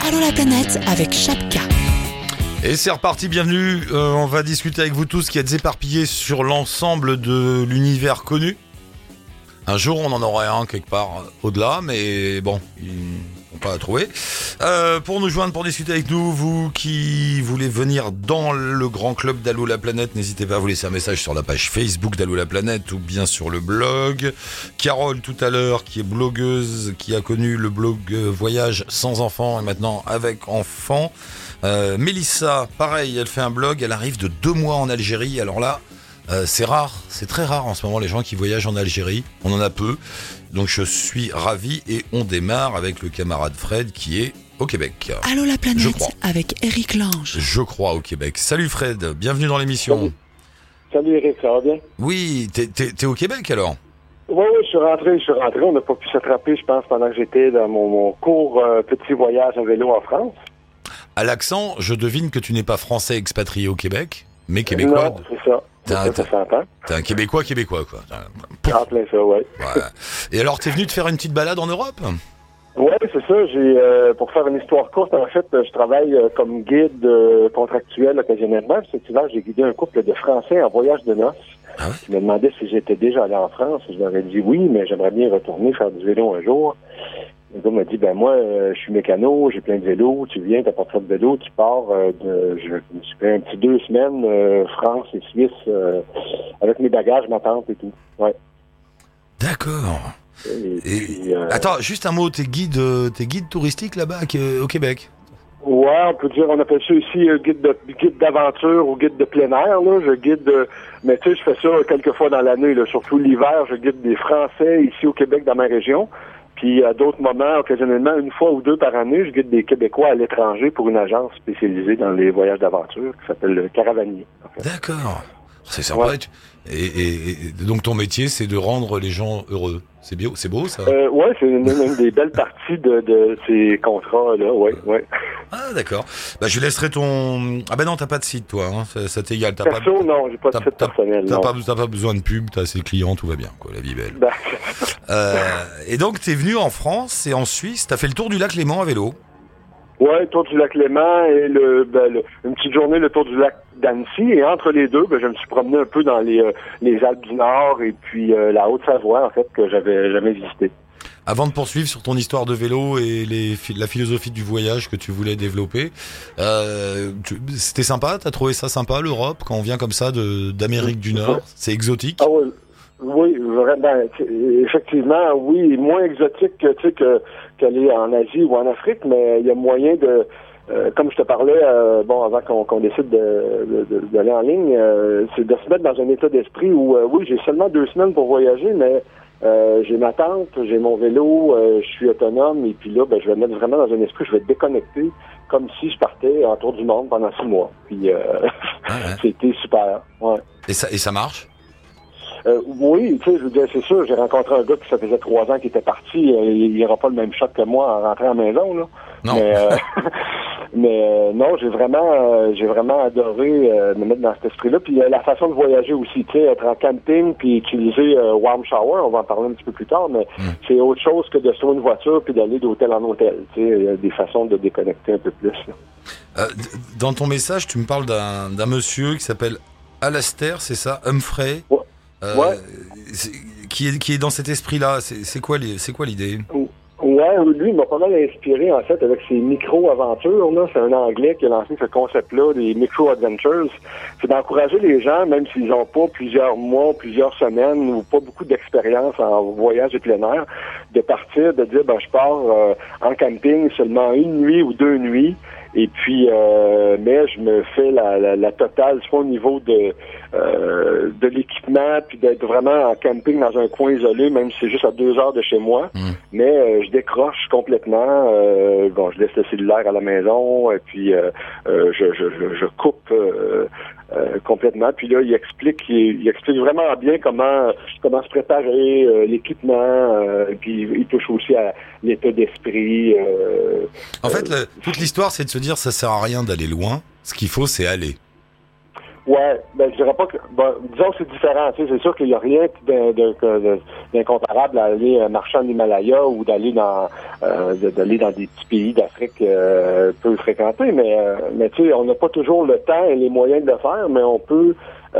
Allô la planète avec Chapka. Et c'est reparti, bienvenue. On va discuter avec vous tous qui êtes éparpillés sur l'ensemble de l'univers connu. Un jour, on en aurait un quelque part au-delà, mais bon, ils n'ont pas à trouver. Pour nous joindre, pour discuter avec nous, vous qui voulez venir dans le grand club d'Allô la planète, n'hésitez pas à vous laisser un message sur la page Facebook d'Allô la planète ou bien sur le blog. Carole, tout à l'heure, qui est blogueuse, qui a connu le blog Voyage sans enfants et maintenant avec enfants. Mélissa, pareil, elle fait un blog, elle arrive de 2 mois en Algérie, alors là, c'est rare, c'est très rare en ce moment les gens qui voyagent en Algérie, on en a peu, donc je suis ravi et on démarre avec le camarade Fred qui est au Québec. Allô la planète avec Eric Lange. Je crois au Québec. Salut Fred, bienvenue dans l'émission. Salut Eric, ça va bien? Oui, t'es au Québec alors? Oui, je suis rentré. On n'a pas pu s'attraper, je pense, pendant que j'étais dans mon court petit voyage à vélo en France. À l'accent, je devine que tu n'es pas français expatrié au Québec, mais québécois. Non, c'est ça. T'es un Québécois, quoi. En plein ça, ouais. Et alors, t'es venu te faire une petite balade en Europe? Oui, c'est ça. Pour faire une histoire courte, en fait, je travaille comme guide contractuel occasionnellement. Cet hiver, j'ai guidé un couple de Français en voyage de noces. Ah ouais? Qui me demandaient si j'étais déjà allé en France. Je leur ai dit oui, mais j'aimerais bien retourner faire du vélo un jour. Le gars m'a dit, moi, je suis mécano, j'ai plein de vélos, tu viens, t'as pas de vélo, tu pars je me suis fait un petit 2 semaines, France et Suisse, avec mes bagages, ma tente et tout. Ouais. D'accord. Et attends, juste un mot, t'es guide touristique là-bas au Québec? Ouais, on peut dire, on appelle ça ici guide d'aventure ou guide de plein air, là. Je guide, mais tu sais, je fais ça quelques fois dans l'année, là. Surtout l'hiver, je guide des Français ici au Québec, dans ma région. Puis à d'autres moments, occasionnellement, 1 fois ou 2 par année, je guide des Québécois à l'étranger pour une agence spécialisée dans les voyages d'aventure qui s'appelle le Caravanier. En fait. D'accord. C'est sympa. Ouais. Et donc ton métier, c'est de rendre les gens heureux. C'est beau ça? Ouais, c'est une des belles parties de ces contrats-là, ouais. Ah d'accord. Je laisserai ton... Ah non, t'as pas de site toi, hein. Ça t'égale. Perso, non, j'ai pas de site personnel. T'as pas besoin de pub, t'as assez de clients, tout va bien, quoi, la vie belle. Et donc t'es venu en France et en Suisse, t'as fait le tour du lac Léman à vélo? Ouais, tour du lac Léman et une petite journée le tour du lac d'Annecy. Et entre les deux, je me suis promené un peu dans les Alpes du Nord et puis la Haute-Savoie, en fait, que j'avais jamais visité. Avant de poursuivre sur ton histoire de vélo et la philosophie du voyage que tu voulais développer, c'était sympa? T'as trouvé ça sympa, l'Europe, quand on vient comme ça d'Amérique du Nord? C'est exotique? Ah ouais. Oui, vraiment. Effectivement, oui, moins exotique qu'aller en Asie ou en Afrique, mais il y a moyen de, comme je te parlais, avant qu'on décide d'aller en ligne, c'est de se mettre dans un état d'esprit où, oui, j'ai seulement 2 semaines pour voyager, mais j'ai ma tente, j'ai mon vélo, je suis autonome, et puis là, je vais me mettre vraiment dans un esprit, je vais déconnecter, comme si je partais en tour du monde pendant 6 mois. Puis, c'était super. Ouais. Et ça marche? Oui, tu sais, je veux dire, c'est sûr, j'ai rencontré un gars qui ça faisait 3 ans qu'il était parti, il n'aura pas le même choc que moi en rentrant à la maison, là. Non. Mais non, j'ai vraiment adoré me mettre dans cet esprit-là. Puis la façon de voyager aussi, tu sais, être en camping puis utiliser warm shower, on va en parler un petit peu plus tard, mais c'est autre chose que de se trouver une voiture puis d'aller d'hôtel en hôtel. Tu sais, il y a des façons de déconnecter un peu plus. Dans ton message, tu me parles d'un monsieur qui s'appelle Alastair, c'est ça, Humphrey. Ouais. Qui est dans cet esprit-là. C'est quoi l'idée? Ouais, lui, il m'a pas mal inspiré, en fait, avec ses micro-aventures, là. C'est un Anglais qui a lancé ce concept-là, des micro-adventures. C'est d'encourager les gens, même s'ils n'ont pas plusieurs mois, plusieurs semaines ou pas beaucoup d'expérience en voyage de plein air, de partir, de dire, je pars en camping seulement 1 nuit ou 2 nuits. Et puis, mais je me fais la totale, soit au niveau de l'équipement, puis d'être vraiment en camping dans un coin isolé, même si c'est juste à 2 heures de chez moi. Mais je décroche complètement. Je laisse le cellulaire à la maison, et puis je coupe complètement. Puis là, il explique vraiment bien comment se préparer, l'équipement, puis il touche aussi à l'état d'esprit. En fait, toute l'histoire, c'est de se dire ça sert à rien d'aller loin. Ce qu'il faut, c'est aller. Ouais, je dirais pas que... disons que c'est différent. Tu sais, c'est sûr qu'il n'y a rien d'incomparable à aller marcher en Himalaya ou d'aller d'aller dans des petits pays d'Afrique peu fréquentés. Mais tu sais, on n'a pas toujours le temps et les moyens de le faire, mais on peut.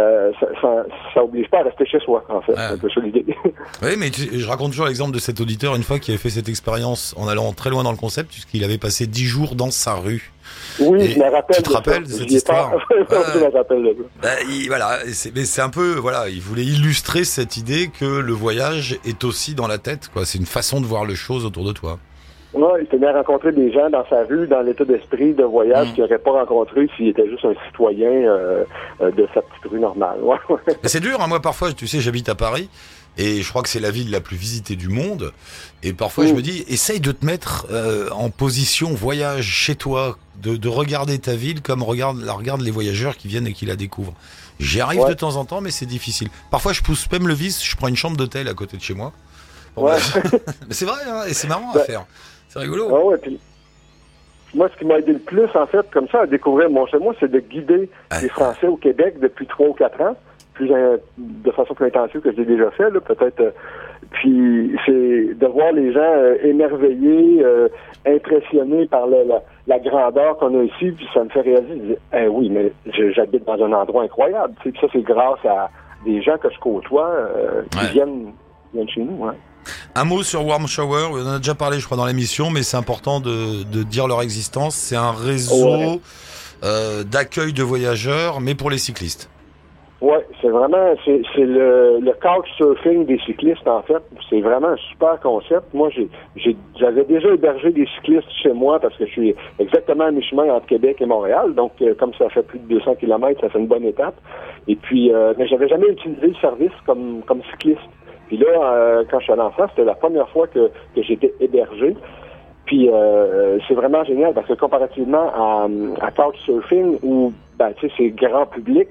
Ça oblige pas à rester chez soi, en fait. C'est un peu ça l'idée. Oui, mais je raconte toujours l'exemple de cet auditeur, une fois, qui avait fait cette expérience en allant très loin dans le concept, puisqu'il avait passé 10 jours dans sa rue. Oui, je me rappelle. Tu te rappelles de cette histoire? Je me rappelle de ça. Voilà, mais c'est un peu, voilà, il voulait illustrer cette idée que le voyage est aussi dans la tête, quoi. C'est une façon de voir les choses autour de toi. Ouais, il tenait à rencontrer des gens dans sa rue, dans l'état d'esprit de voyage qu'il n'aurait pas rencontré s'il était juste un citoyen de sa petite rue normale. Ouais. Mais c'est dur, hein. Moi parfois, tu sais, j'habite à Paris et je crois que c'est la ville la plus visitée du monde. Et parfois, je me dis, essaye de te mettre en position voyage chez toi, de regarder ta ville comme regardent les voyageurs qui viennent et qui la découvrent. J'y arrive de temps en temps, mais c'est difficile. Parfois, je pousse même le vice, je prends une chambre d'hôtel à côté de chez moi. Bon, mais c'est vrai, hein, et c'est marrant à faire. C'est rigolo. Ah ouais, puis moi, ce qui m'a aidé le plus, en fait, comme ça, à découvrir mon chez moi, c'est de guider les Français au Québec depuis 3 ou 4 ans, de façon plus intensive que je l'ai déjà fait, là, peut-être. Puis c'est de voir les gens émerveillés, impressionnés par la grandeur qu'on a ici, puis ça me fait réaliser, oui, mais j'habite dans un endroit incroyable. Puis ça, c'est grâce à des gens que je côtoie qui viennent chez nous, ouais. Un mot sur Warm Shower, on en a déjà parlé je crois dans l'émission, mais c'est important de dire leur existence. C'est un réseau d'accueil de voyageurs, mais pour les cyclistes. Ouais, c'est vraiment, c'est le couchsurfing des cyclistes, en fait. C'est vraiment un super concept. Moi, j'avais déjà hébergé des cyclistes chez moi parce que je suis exactement à mi-chemin entre Québec et Montréal. Donc, comme ça fait plus de 200 km, ça fait une bonne étape. Et puis, mais j'avais jamais utilisé le service comme cycliste. Puis là, quand je suis allé en France, c'était la première fois que j'étais hébergé. Puis c'est vraiment génial parce que comparativement à Couchsurfing, où tu sais, c'est grand public,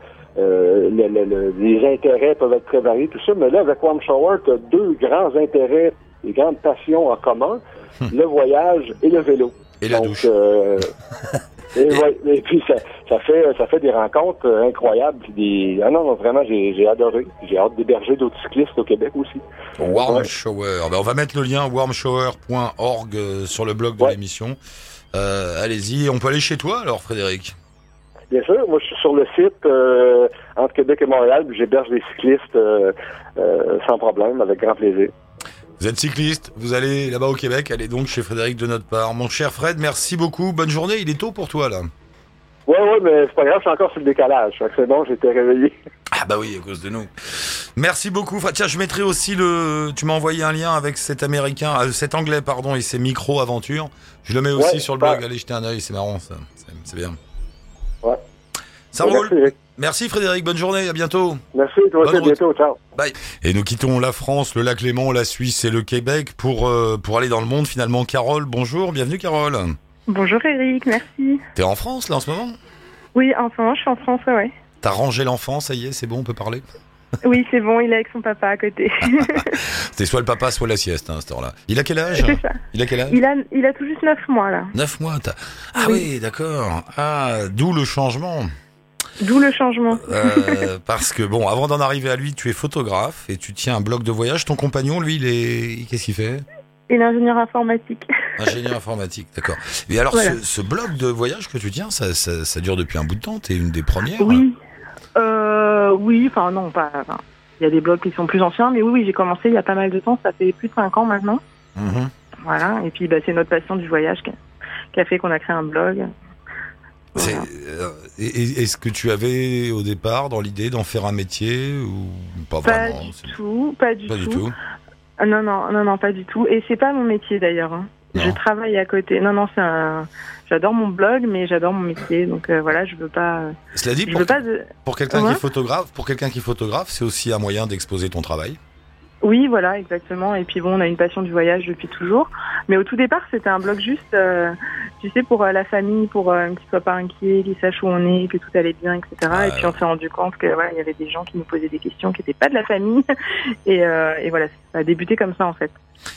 les intérêts peuvent être très variés, tout ça, mais là, avec Warm Shower, tu as 2 grands intérêts, des grandes passions en commun, le voyage et le vélo. Et la douche. Et puis ça fait des rencontres incroyables. Puis non, vraiment, j'ai adoré. J'ai hâte d'héberger d'autres cyclistes au Québec aussi. Warm Shower. On va mettre le lien warmshower.org sur le blog de l'émission. Allez-y. On peut aller chez toi alors, Frédéric? Bien sûr. Moi, je suis sur le site entre Québec et Montréal. Puis j'héberge des cyclistes sans problème, avec grand plaisir. Vous êtes cycliste, vous allez là-bas au Québec, allez donc chez Frédéric de notre part. Mon cher Fred, merci beaucoup, bonne journée, il est tôt pour toi là. Ouais, mais c'est pas grave, je suis encore sur le décalage, c'est bon, j'étais réveillé. Ah bah oui, à cause de nous. Merci beaucoup, tiens, je mettrai aussi tu m'as envoyé un lien avec cet anglais, pardon, et ses micro-aventures. Je le mets aussi sur le blog, allez jeter un œil, c'est marrant ça, c'est bien. Ouais. Ça roule. Merci Frédéric, bonne journée, à bientôt. Merci, toi aussi, à bientôt, ciao. Bye. Et nous quittons la France, le lac Léman, la Suisse et le Québec pour aller dans le monde finalement. Carole, bonjour, bienvenue Carole. Bonjour Eric, merci. T'es en France là en ce moment? Oui, en ce moment je suis en France, ouais. T'as rangé l'enfant, ça y est, c'est bon, on peut parler? Oui, c'est bon, il est avec son papa à côté. C'était soit le papa, soit la sieste à ce temps-là. Il a quel âge? C'est ça. Il a quel âge? Il a tout juste 9 mois là. 9 mois, Ah oui, d'accord. Ah, d'où le changement. D'où le changement. Parce que bon, avant d'en arriver à lui, tu es photographe et tu tiens un blog de voyage. Ton compagnon, lui, qu'est-ce qu'il fait? Il est ingénieur informatique. Ingénieur informatique, d'accord. Et alors, voilà. ce blog de voyage que tu tiens, ça dure depuis un bout de temps? T'es une des premières? Oui. Oui, enfin non, pas. Il y a des blogs qui sont plus anciens, mais oui, j'ai commencé il y a pas mal de temps. Ça fait plus de 5 ans maintenant. Mm-hmm. Voilà. Et puis, c'est notre passion du voyage qui a fait qu'on a créé un blog. Voilà. Est-ce que tu avais au départ dans l'idée d'en faire un métier ou pas vraiment? Pas du tout. Non, pas du tout. Et c'est pas mon métier d'ailleurs. Hein. Je travaille à côté. Non, j'adore mon blog, mais j'adore mon métier. Donc voilà, je veux pas. Cela dit, pour quelqu'un qui est photographe, c'est aussi un moyen d'exposer ton travail. Oui, voilà, exactement. Et puis bon, on a une passion du voyage depuis toujours. Mais au tout départ, c'était un blog juste, tu sais, pour la famille, pour qu'ils ne soient pas inquiets, qu'ils sachent où on est, que tout allait bien, etc. Et puis on s'est rendu compte que voilà, il y avait des gens qui nous posaient des questions qui n'étaient pas de la famille. Et voilà, ça a débuté comme ça en fait.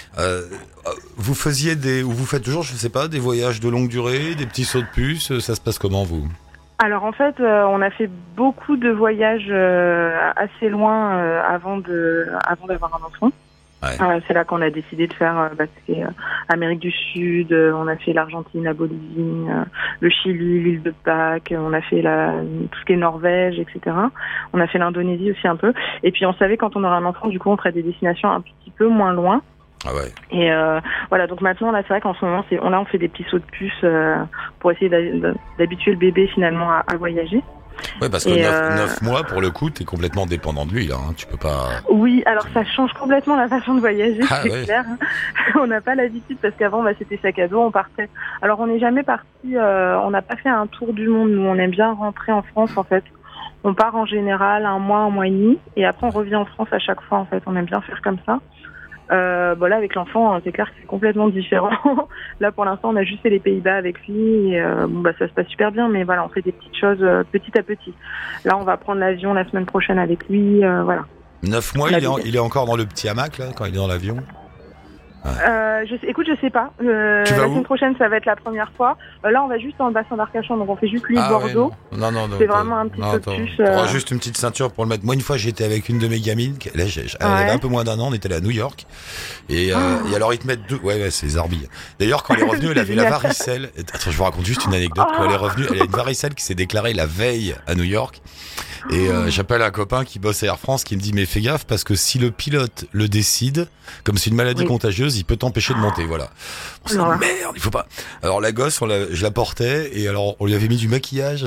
Vous faisiez vous faites toujours, je ne sais pas, des voyages de longue durée, des petits sauts de puce, ça se passe comment vous? Alors en fait, on a fait beaucoup de voyages assez loin avant d'avoir un enfant. Ouais. C'est là qu'on a décidé de faire Amérique du Sud, on a fait l'Argentine, la Bolivie, le Chili, l'île de Pâques, on a fait tout ce qui est Norvège, etc. On a fait l'Indonésie aussi un peu. Et puis on savait quand on aura un enfant, du coup on ferait des destinations un petit peu moins loin. Ah ouais. Et voilà, donc maintenant là c'est vrai qu'en ce moment on fait des petits sauts de puce pour essayer d'habituer le bébé finalement à voyager. Ouais, parce que 9 mois pour le coup t'es complètement dépendant de lui là, hein. Tu peux pas. Oui, alors ça change complètement la façon de voyager, c'est ouais. clair. On n'a pas l'habitude parce qu'avant c'était sac à dos, on partait. Alors on n'est jamais parti, on n'a pas fait un tour du monde, nous on aime bien rentrer en France en fait. On part en général un mois et demi et après on revient en France à chaque fois en fait, on aime bien faire comme ça. Là avec l'enfant c'est clair que c'est complètement différent. Là pour l'instant on a juste fait les Pays-Bas avec lui et ça se passe super bien, mais voilà on fait des petites choses petit à petit. Là on va prendre l'avion la semaine prochaine avec lui, voilà. 9 mois il est encore dans le petit hamac là quand il est dans l'avion. Ouais. Écoute, je sais pas. Tu vas la où semaine prochaine, ça va être la première fois. Là, on va juste dans le bassin d'Arcachon, donc on fait juste l'île Bordeaux. Ouais, non, c'est vraiment un petit peu de plus. T'auras juste une petite ceinture pour le mettre. Moi, une fois, j'étais avec une de mes gamines. Là, elle avait un peu moins d'un an. On était allé à New York. Et alors, ils te mettent deux. Ouais, c'est Zarbi. D'ailleurs, quand elle est revenue, elle avait la varicelle. Attends, je vous raconte juste une anecdote. Quand elle est revenue, elle a une varicelle qui s'est déclarée la veille à New York. Et j'appelle un copain qui bosse à Air France qui me dit mais fais gaffe parce que si le pilote le décide, comme c'est une maladie contagieuse, il peut t'empêcher de monter, voilà. On s'est dit merde, il faut pas. Alors la gosse, je la portais et alors on lui avait mis du maquillage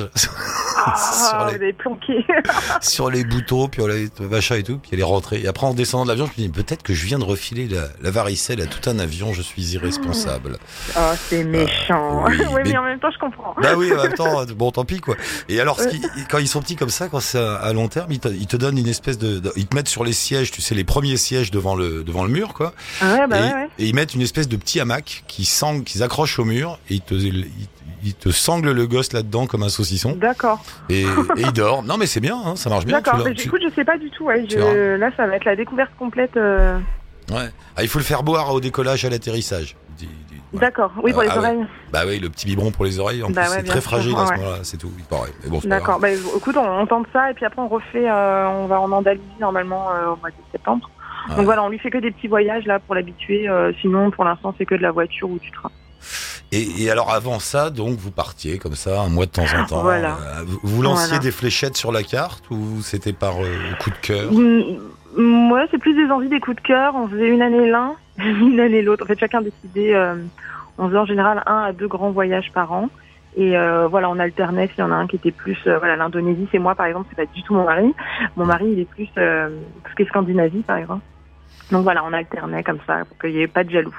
sur les boutons, puis on l'avait machin et tout, puis elle est rentrée. Et après en descendant de l'avion, je me dis peut-être que je viens de refiler la varicelle à tout un avion, je suis irresponsable. Oh, c'est méchant. Oui, mais en même temps je comprends. Bah oui, en même temps, bon tant pis quoi. Et alors quand ils sont petits comme ça, quand c'est à long terme, ils te donnent une espèce ils te mettent sur les sièges, tu sais les premiers sièges devant le mur quoi. Et ils mettent une espèce de petit hamac qu'ils accrochent au mur et ils te sanglent le gosse là-dedans comme un saucisson. D'accord. Et il dort. Non mais c'est bien, hein, ça marche bien. D'accord. Écoute, je sais pas du tout. Là, ça va être la découverte complète. Ouais. Ah, il faut le faire boire au décollage, à l'atterrissage. Voilà. D'accord. Oui, pour les oreilles. Ouais. Bah oui, le petit biberon pour les oreilles. En plus, c'est très fragile à ce moment-là. C'est tout. Il paraît. Mais bon, d'accord. Bah, écoute, on tente ça et puis après on refait. On va en Andalousie normalement au mois de septembre. Ouais. Donc voilà, on lui fait que des petits voyages là pour l'habituer. Sinon, pour l'instant, c'est que de la voiture ou du train. Et alors avant ça, donc vous partiez comme ça un mois de temps en temps. Voilà. Vous lanciez des fléchettes sur la carte ou c'était par coup de cœur? Ouais, c'est plus des envies, des coups de cœur. On faisait une année l'un, une année l'autre. En fait, chacun décidait. On faisait en général 1 à 2 grands voyages par an. Et on alternait. S'il y en a un qui était plus, l'Indonésie, c'est moi par exemple. C'est pas du tout mon mari. Mon mari, il est plus tout ce qui est Scandinavie par exemple. Donc voilà, on alternait comme ça pour qu'il n'y ait pas de jaloux.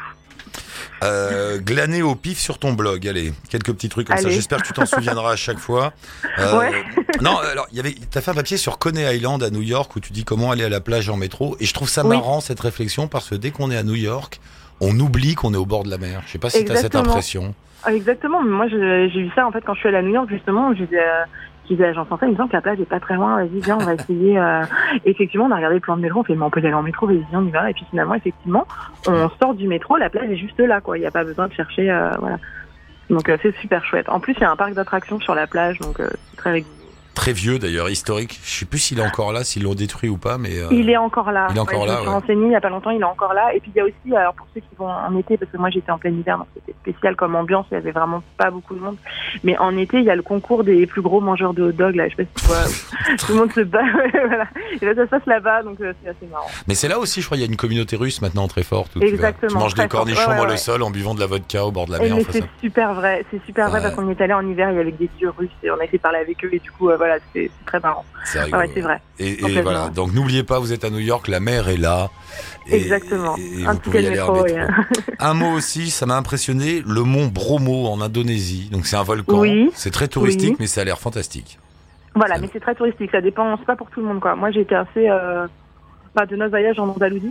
Glaner au pif sur ton blog, allez, quelques petits trucs comme ça. J'espère que tu t'en souviendras à chaque fois. Non, alors t'as fait un papier sur Coney Island à New York où tu dis comment aller à la plage en métro. Et je trouve ça marrant cette réflexion parce que dès qu'on est à New York, on oublie qu'on est au bord de la mer. Je sais pas si t'as cette impression. Exactement. Moi, j'ai eu ça en fait quand je suis allée à New York justement. Je disais à Jean-François, il me semble que la plage est pas très loin, vas-y, viens, on va essayer. Effectivement, on a regardé le plan de métro, on fait, mais on peut y aller en métro, vas-y, on y va. Et puis finalement, effectivement, on sort du métro, la plage est juste là, quoi. Il n'y a pas besoin de chercher, voilà. Donc c'est super chouette. En plus, il y a un parc d'attractions sur la plage, donc c'est très rigolo. Très vieux d'ailleurs, historique. Je sais plus s'il est encore là, s'ils l'ont détruit ou pas, mais il est encore là. Il est encore là. Je me suis renseignée il y a pas longtemps, il est encore là. Et puis il y a aussi, alors pour ceux qui vont en été, parce que moi j'étais en plein hiver, donc c'était spécial comme ambiance, il y avait vraiment pas beaucoup de monde. Mais en été, il y a le concours des plus gros mangeurs de hot dog là. Je sais pas si tu vois, tout le monde se bat, voilà. Et là ça se passe là-bas, donc c'est assez marrant. Mais c'est là aussi, je crois, il y a une communauté russe maintenant très forte. Où exactement. Tu manges des cornichons dans le sol en buvant de la vodka au bord de la mer. C'est super vrai, parce qu'on y est allé en hiver, il y avait des vieux Russes et on a essayé de parler avec eux et du coup voilà, c'est très marrant. C'est rigolo. Ouais, c'est vrai. Et voilà. Donc n'oubliez pas, vous êtes à New York, la mer est là. Exactement. Et vous pouvez y aller en métro. Un mot aussi, ça m'a impressionné, le mont Bromo en Indonésie. Donc c'est un volcan. Oui. C'est très touristique, mais ça a l'air fantastique. Voilà, mais c'est très touristique. Ça dépend, c'est pas pour tout le monde, quoi. Moi, j'ai été assez de notre voyage en Andalousie,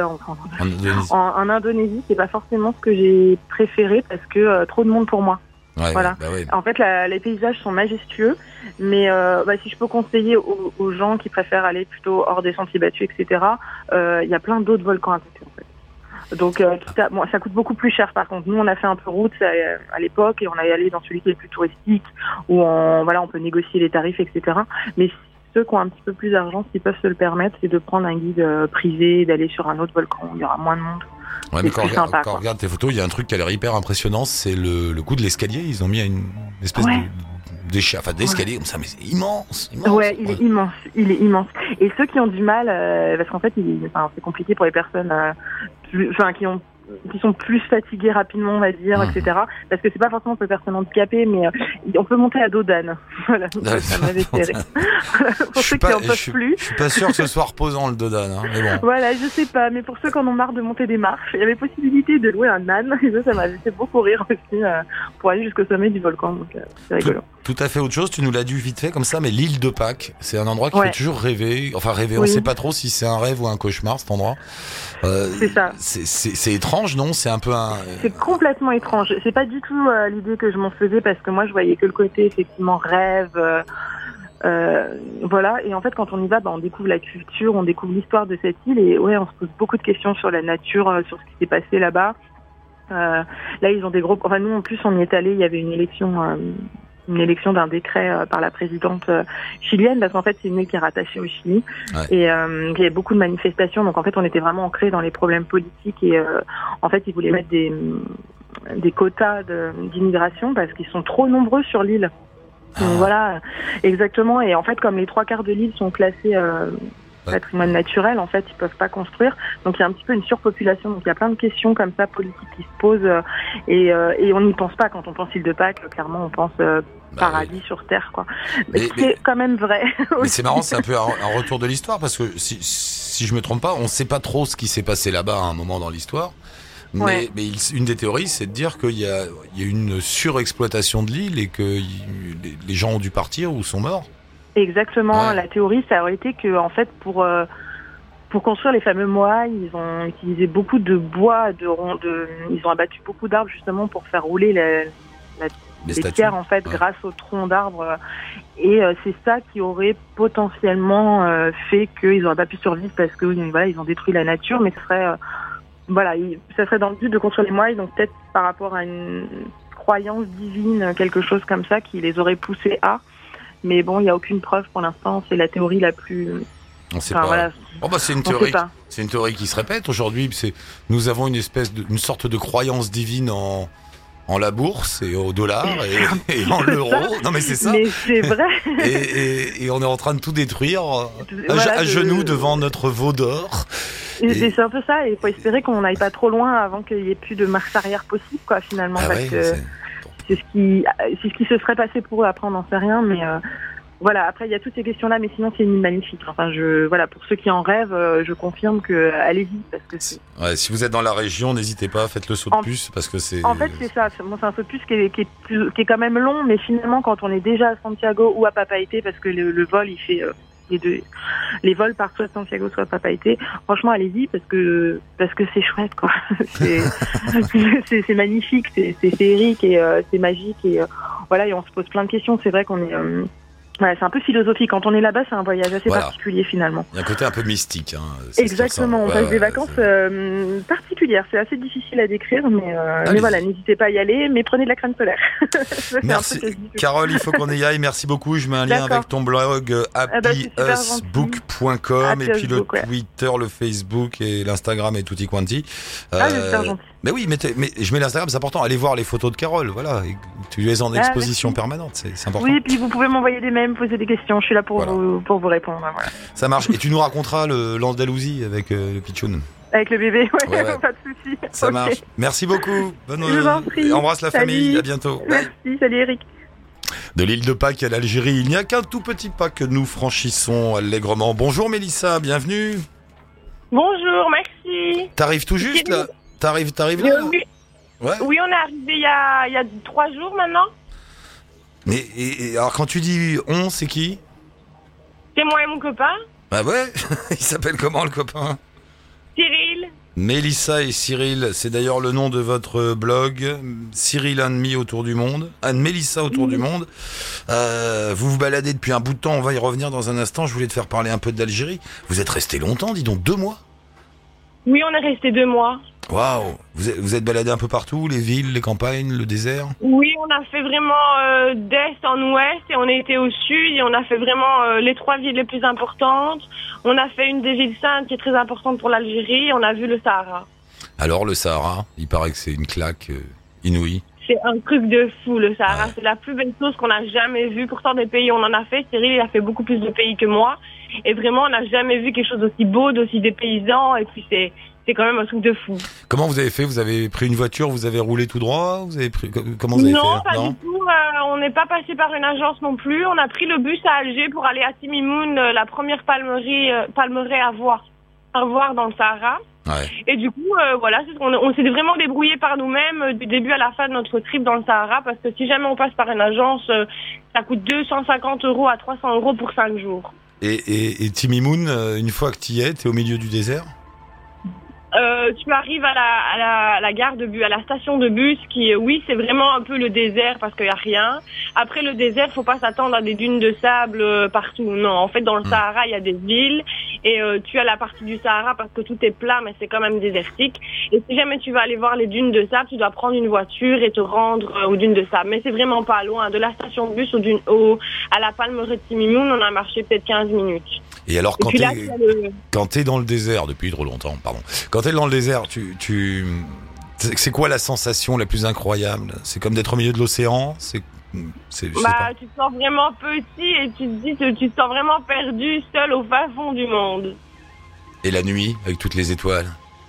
en Indonésie, c'est pas forcément ce que j'ai préféré parce que trop de monde pour moi. Ouais, voilà. Ouais. En fait, les paysages sont majestueux, mais si je peux conseiller aux gens qui préfèrent aller plutôt hors des sentiers battus, etc., il y a plein d'autres volcans à côté, en fait. Donc ça coûte beaucoup plus cher par contre. Nous on a fait un peu route à l'époque et on est allé dans celui qui est le plus touristique où on peut négocier les tarifs, etc. Mais ceux qui ont un petit peu plus d'argent, s'ils peuvent se le permettre, c'est de prendre un guide privé, d'aller sur un autre volcan où il y aura moins de monde. Ouais, mais quand on regarde tes photos, il y a un truc qui a l'air hyper impressionnant, c'est le coup de l'escalier. Ils ont mis une espèce d'escalier comme ça, mais c'est immense. Ouais, il est immense. Et ceux qui ont du mal, parce qu'en fait, c'est compliqué pour les personnes qui sont plus fatigués rapidement, on va dire, etc. Parce que c'est pas forcément pour les personnes handicapées, mais on peut monter à dos d'âne. Voilà, ça m'avait fait rire. Pour ceux qui n'en peuvent plus. Je suis pas sûr que ce soit reposant le dos d'âne, hein, mais bon. Voilà, je sais pas, mais pour ceux qui en ont marre de monter des marches, il y avait possibilité de louer un âne, et ça m'avait fait beaucoup rire aussi, pour aller jusqu'au sommet du volcan, donc c'est rigolo. Tout à fait autre chose, tu nous l'as dit vite fait comme ça, mais l'île de Pâques, c'est un endroit qui fait toujours rêver. Enfin rêver, on sait pas trop si c'est un rêve ou un cauchemar cet endroit. C'est ça. C'est étrange, non? C'est un peu C'est complètement étrange. C'est pas du tout l'idée que je m'en faisais parce que moi je voyais que le côté effectivement rêve. Voilà. Et en fait quand on y va, on découvre la culture, on découvre l'histoire de cette île et on se pose beaucoup de questions sur la nature, sur ce qui s'est passé là-bas. Là ils ont des gros. Enfin nous en plus on y est allé, il y avait une élection d'un décret par la présidente chilienne, parce qu'en fait c'est une île qui est rattachée au Chili, et il y avait beaucoup de manifestations, donc en fait on était vraiment ancrés dans les problèmes politiques, et en fait ils voulaient mettre des quotas d'immigration parce qu'ils sont trop nombreux sur l'île. Donc voilà, exactement, et en fait comme les 3/4 de l'île sont classés patrimoine naturel, en fait, ils peuvent pas construire. Donc il y a un petit peu une surpopulation. Donc il y a plein de questions comme ça politiques qui se posent et on n'y pense pas quand on pense île de Pâques. Clairement, on pense paradis sur terre, quoi. Mais c'est quand même vrai. Mais c'est marrant, c'est un peu un retour de l'histoire parce que si je me trompe pas, on sait pas trop ce qui s'est passé là-bas à un moment dans l'histoire. Mais une des théories, c'est de dire qu'il y a une surexploitation de l'île et que les gens ont dû partir ou sont morts. Exactement. La théorie, ça aurait été que, en fait, pour construire les fameux moailles, ils ont utilisé beaucoup de bois, ils ont abattu beaucoup d'arbres justement pour faire rouler les pierres, en fait, grâce aux troncs d'arbres. Et c'est ça qui aurait potentiellement fait qu'ils n'auraient pas pu survivre parce que ils ont détruit la nature, mais ça serait dans le but de construire les moailles, donc peut-être par rapport à une croyance divine, quelque chose comme ça, qui les aurait poussés à. Mais bon, il n'y a aucune preuve pour l'instant. C'est la théorie la plus. On sait pas. Voilà. C'est une théorie. C'est une théorie qui se répète aujourd'hui. Nous avons une sorte de croyance divine en la bourse et au dollar et en l'euro. Non mais c'est ça. Mais c'est vrai. et on est en train de tout détruire à genoux devant notre veau d'or. Et c'est un peu ça. Et il faut espérer qu'on n'aille pas trop loin avant qu'il n'y ait plus de marche arrière possible, quoi, finalement, parce que. C'est ce qui se serait passé pour eux. Après, on n'en sait rien, mais voilà. Après, il y a toutes ces questions-là, mais sinon, c'est une île magnifique. Enfin, pour ceux qui en rêvent, je confirme que allez-y, parce que si vous êtes dans la région, n'hésitez pas, faites le saut de puce, parce que c'est. En fait, c'est ça. C'est un saut de puce qui est quand même long, mais finalement, quand on est déjà à Santiago ou à Papaete, parce que le vol, il fait les vols partent soit à Santiago, soit à Papaete. Franchement, allez-y parce que c'est chouette, quoi. C'est magnifique, c'est féerique et c'est magique et et on se pose plein de questions. C'est vrai qu'on est c'est un peu philosophique. Quand on est là-bas, c'est un voyage assez particulier finalement. Il y a un côté un peu mystique. Exactement, on passe des vacances particulières. C'est assez difficile à décrire, mais voilà, n'hésitez pas à y aller, mais prenez de la crème solaire. Merci. Carole, il faut qu'on y aille. Merci beaucoup. Je mets un lien avec ton blog happyusbook.com et puis le Twitter, le Facebook et l'Instagram et tutti quanti. C'est super gentil. Mais oui, mais je mets l'Instagram, c'est important. Allez voir les photos de Carole, voilà. Tu es en exposition permanente, c'est important. Oui, et puis vous pouvez m'envoyer des mails, poser des questions. Je suis là pour vous répondre. Voilà. Ça marche. Et tu nous raconteras l'Andalousie avec le pitchoun. Avec le bébé, pas de souci. Ça marche. Merci beaucoup. Je vous en prie. Embrasse la famille. À bientôt. Merci. Salut Eric. De l'île de Pâques à l'Algérie, il n'y a qu'un tout petit pas que nous franchissons allègrement. Bonjour Mélissa, bienvenue. Bonjour, merci. T'arrives tout juste là? T'arrives là? Oui. Ouais. Oui, on est arrivé il y a 3 jours maintenant. Mais alors quand tu dis on, c'est qui? C'est moi et mon copain. Bah ouais. Il s'appelle comment le copain? Cyril. Mélissa et Cyril, c'est d'ailleurs le nom de votre blog, Cyril and Me autour du monde, Mélissa autour du monde. Vous vous baladez depuis un bout de temps, on va y revenir dans un instant. Je voulais te faire parler un peu d'Algérie. Vous êtes resté longtemps, dis donc, 2 mois? Oui, on est resté 2 mois. Waouh. Vous êtes baladé un peu partout, les villes, les campagnes, le désert? Oui, on a fait vraiment d'est en ouest et on était au sud et on a fait vraiment les 3 villes les plus importantes. On a fait une des villes saintes qui est très importante pour l'Algérie et on a vu le Sahara. Alors le Sahara, il paraît que c'est une claque inouïe. C'est un truc de fou, le Sahara. Ouais. C'est la plus belle chose qu'on a jamais vue. Pourtant, des pays, on en a fait. Cyril, il a fait beaucoup plus de pays que moi. Et vraiment, on n'a jamais vu quelque chose d'aussi beau, d'aussi dépaysant. Et puis, c'est quand même un truc de fou. Comment vous avez fait? Vous avez pris une voiture, vous avez roulé tout droit? Vous avez pris comment vous avez Non, fait? pas du tout. On n'est pas passé par une agence non plus. On a pris le bus à Alger pour aller à Timimoun, la première palmeraie à voir dans le Sahara. Ouais. Et du coup, voilà, on s'est vraiment débrouillé par nous-mêmes du début à la fin de notre trip dans le Sahara, parce que si jamais on passe par une agence, ça coûte 250 € à 300 € pour 5 jours. Et Timimoun, une fois que tu y es, t'es au milieu du désert? Tu arrives à la gare de bus, à la station de bus qui, oui, c'est vraiment un peu le désert parce qu'il y a rien. Après le désert, faut pas s'attendre à des dunes de sable partout. Non, en fait, dans le Sahara, il y a des villes et tu as la partie du Sahara parce que tout est plat, mais c'est quand même désertique. Et si jamais tu vas aller voir les dunes de sable, tu dois prendre une voiture et te rendre aux dunes de sable. Mais c'est vraiment pas loin. De la station de bus à la palmeraie de Timimoun, on a marché peut-être 15 minutes. Et alors, quand t'es dans le désert, depuis trop longtemps, pardon. Quand t'es dans le désert, c'est quoi la sensation la plus incroyable? C'est comme d'être au milieu de l'océan? Je sais pas. Tu te sens vraiment petit et tu te dis que tu te sens vraiment perdu, seul au fin fond du monde. Et la nuit, avec toutes les étoiles?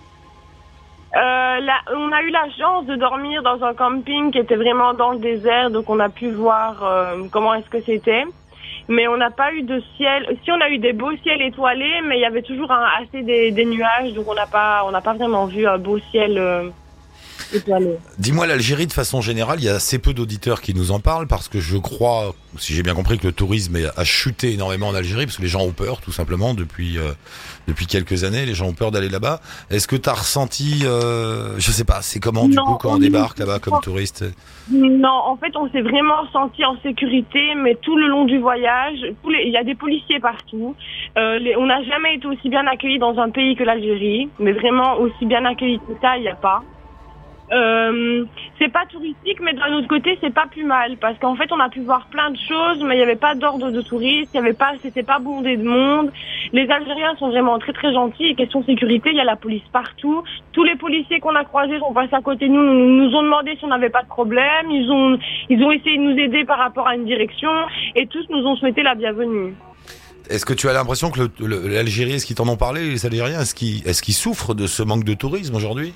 On a eu la chance de dormir dans un camping qui était vraiment dans le désert, donc on a pu voir comment est-ce que c'était. Mais on n'a pas eu de ciel. Si, on a eu des beaux ciels étoilés, mais il y avait toujours assez des nuages, donc on n'a pas vraiment vu un beau ciel étoilé. Dis-moi, l'Algérie, de façon générale, il y a assez peu d'auditeurs qui nous en parlent parce que je crois, si j'ai bien compris, que le tourisme a chuté énormément en Algérie parce que les gens ont peur, tout simplement, depuis quelques années. Les gens ont peur d'aller là-bas. Est-ce que tu as ressenti, je sais pas, c'est comment du coup quand on débarque là-bas comme touriste? Non, en fait, on s'est vraiment senti en sécurité, mais tout le long du voyage, il y a des policiers partout. On n'a jamais été aussi bien accueillis dans un pays que l'Algérie, mais vraiment aussi bien accueillis que ça, il n'y a pas. C'est pas touristique, mais d'un autre côté, c'est pas plus mal, parce qu'en fait, on a pu voir plein de choses, mais il n'y avait pas d'ordre de touristes, c'était pas bondé de monde. Les Algériens sont vraiment très très gentils, et question sécurité, il y a la police partout. Tous les policiers qu'on a croisés sont passés à côté de nous ont demandé si on n'avait pas de problème, ils ont essayé de nous aider par rapport à une direction, et tous nous ont souhaité la bienvenue. Est-ce que tu as l'impression que l'Algérie, est-ce qu'ils t'en ont parlé, les Algériens, est-ce qu'ils souffrent de ce manque de tourisme aujourd'hui?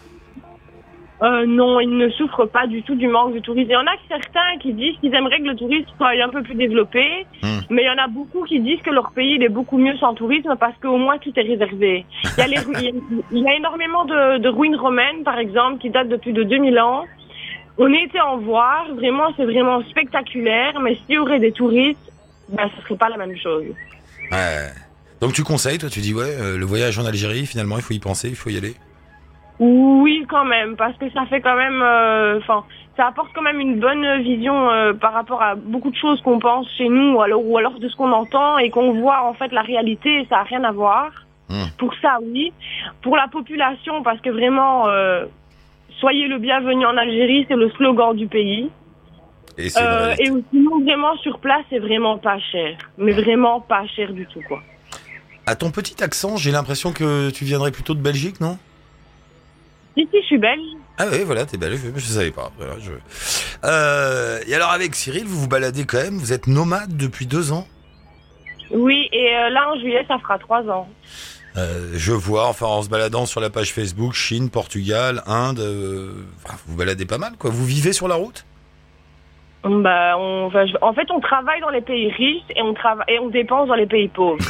Non, ils ne souffrent pas du tout du manque de tourisme. Il y en a certains qui disent qu'ils aimeraient que le tourisme soit un peu plus développé, mais il y en a beaucoup qui disent que leur pays il est beaucoup mieux sans tourisme parce qu'au moins tout est réservé. Il y a énormément de ruines romaines, par exemple, qui datent de plus de 2000 ans. On était en voir, vraiment, c'est vraiment spectaculaire, mais s'il y aurait des touristes, ce serait pas la même chose. Ouais. Donc tu conseilles, toi, tu dis le voyage en Algérie, finalement, il faut y penser, il faut y aller. Oui, quand même, parce que ça fait quand même, ça apporte quand même une bonne vision par rapport à beaucoup de choses qu'on pense chez nous, ou alors de ce qu'on entend et qu'on voit en fait la réalité, ça a rien à voir. Pour ça, oui. Pour la population, parce que vraiment, soyez le bienvenu en Algérie, c'est le slogan du pays. Et sinon, vraiment sur place, c'est vraiment pas cher, mais vraiment pas cher du tout, quoi. À ton petit accent, j'ai l'impression que tu viendrais plutôt de Belgique, non? Si, je suis belge. Ah oui, voilà, t'es belge, je savais pas. Voilà, et alors avec Cyril, vous vous baladez quand même, vous êtes nomade depuis 2 ans? Oui, et là en juillet, ça fera 3 ans. Je vois, en se baladant sur la page Facebook, Chine, Portugal, Inde, vous baladez pas mal, quoi. Vous vivez sur la route? En fait, on travaille dans les pays riches et on dépense dans les pays pauvres.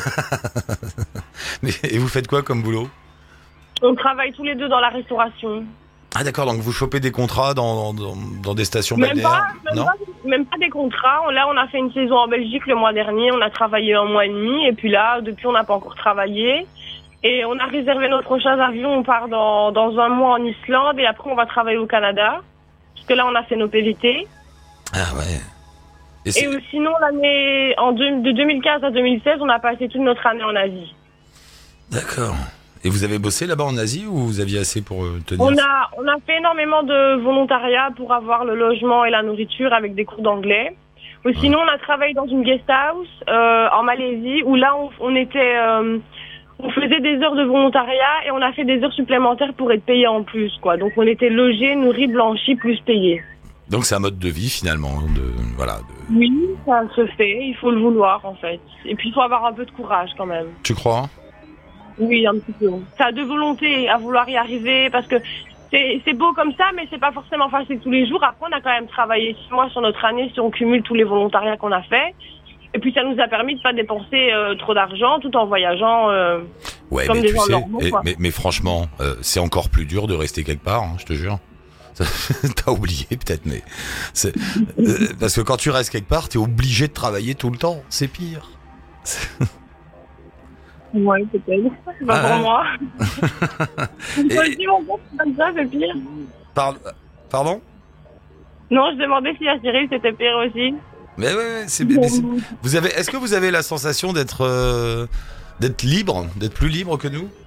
Et vous faites quoi comme boulot? On travaille tous les deux dans la restauration. Ah d'accord, donc vous chopez des contrats dans des stations balnéaires? Même pas des contrats. Là, on a fait une saison en Belgique le mois dernier. On a travaillé 1 mois et demi. Et puis là, depuis, on n'a pas encore travaillé. Et on a réservé notre prochain avion. On part dans 1 mois en Islande. Et après, on va travailler au Canada. Parce que là, on a fait nos PVT. Ah ouais. Et sinon, de 2015 à 2016, on a passé toute notre année en Asie. D'accord. Et vous avez bossé là-bas en Asie ou vous aviez assez pour tenir? On a fait énormément de volontariat pour avoir le logement et la nourriture avec des cours d'anglais. Ou sinon, on a travaillé dans une guest house en Malaisie où là, on faisait des heures de volontariat et on a fait des heures supplémentaires pour être payé en plus, quoi. Donc, on était logé, nourri, blanchi, plus payé. Donc c'est un mode de vie finalement, Oui, ça se fait, il faut le vouloir en fait. Et puis il faut avoir un peu de courage quand même. Tu crois? Oui, un petit peu. Ça a de volonté à vouloir y arriver parce que c'est beau comme ça, mais c'est pas forcément facile tous les jours. Après, on a quand même travaillé 6 mois sur notre année si on cumule tous les volontariats qu'on a fait. Et puis ça nous a permis de pas dépenser trop d'argent tout en voyageant comme des gens normaux. Mais franchement, c'est encore plus dur de rester quelque part, hein, je te jure. T'as oublié peut-être, mais parce que quand tu restes quelque part, t'es obligé de travailler tout le temps. C'est pire. Ouais, peut-être. C'est pas pour moi. Mon gars, c'est comme ça, c'est pire. Pardon? Non, je demandais si à Cyril c'était pire aussi. Mais est-ce que vous avez la sensation d'être libre, d'être plus libre que nous?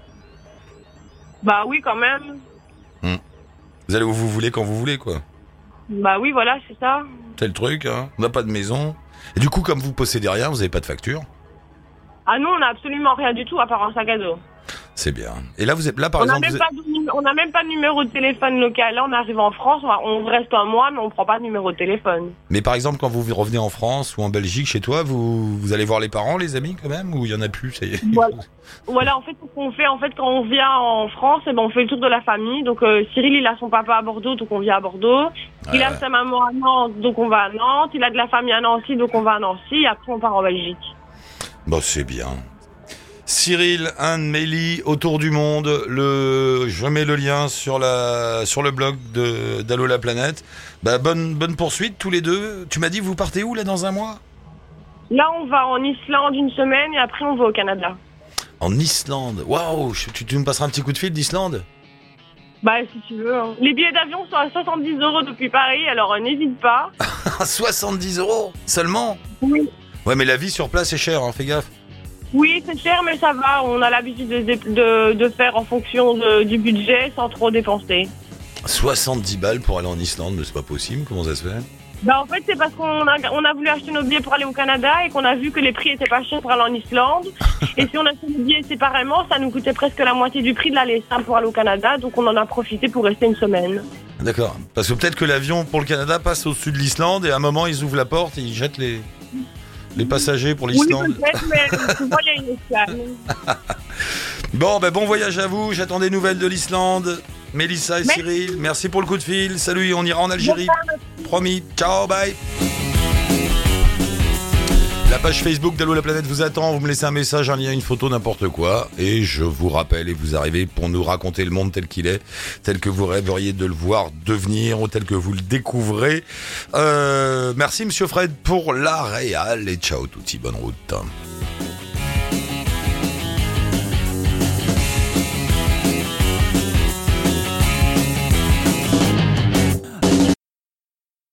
Bah oui, quand même. Vous allez où vous voulez quand vous voulez, quoi. Bah oui, voilà, c'est ça. C'est le truc, hein. On n'a pas de maison. Et du coup, comme vous possédez rien, vous n'avez pas de facture? Ah non, on n'a absolument rien du tout à part un sac à dos. C'est bien. Et là, vous êtes là, par exemple... On n'a même pas de numéro de téléphone local. Là, on arrive en France, on reste un mois, mais on prend pas de numéro de téléphone. Mais par exemple, quand vous revenez en France ou en Belgique, chez toi, vous allez voir les parents, les amis, quand même? Ou il y en a plus, ça y est? Voilà, en fait, ce qu'on fait, quand on vient en France, on fait le tour de la famille. Donc, Cyril, il a son papa à Bordeaux, donc on vient à Bordeaux. Il a sa maman à Nantes, donc on va à Nantes. Il a de la famille à Nancy, donc on va à Nancy. Et après, on part en Belgique. Bon, c'est bien. Cyril, Anne, Mélie, Autour du Monde. Je mets le lien sur le blog d'Allo la Planète. Bah, bonne poursuite tous les deux. Tu m'as dit, vous partez où là dans un mois? Là, on va en Islande une semaine et après on va au Canada. En Islande? Waouh! Tu me passeras un petit coup de fil d'Islande? Bah, si tu veux. Hein. Les billets d'avion sont à 70 € depuis Paris, alors n'hésite pas. 70 € seulement? Oui. Ouais, mais la vie sur place est chère, hein, fais gaffe. Oui, c'est cher, mais ça va. On a l'habitude de faire en fonction du budget sans trop dépenser. 70 balles pour aller en Islande, mais c'est pas possible. Comment ça se fait? Bah en fait, c'est parce qu'on a voulu acheter nos billets pour aller au Canada et qu'on a vu que les prix étaient pas chers pour aller en Islande. Et si on achetait nos billets séparément, ça nous coûtait presque la moitié du prix de l'aller simple pour aller au Canada. Donc on en a profité pour rester une semaine. D'accord. Parce que peut-être que l'avion pour le Canada passe au-dessus de l'Islande et à un moment, ils ouvrent la porte et ils jettent les passagers pour l'Islande. Oui, peut-être, mais souvent, il y a une escale. Bon voyage à vous. J'attends des nouvelles de l'Islande. Mélissa et Cyril, merci pour le coup de fil. Salut, on ira en Algérie. Promis. Ciao, bye. La page Facebook d'Allo la Planète vous attend. Vous me laissez un message, un lien, une photo, n'importe quoi. Et je vous rappelle, et vous arrivez pour nous raconter le monde tel qu'il est, tel que vous rêveriez de le voir devenir, ou tel que vous le découvrez. Merci, Monsieur Fred, pour la réal. Et ciao, touti, bonne route.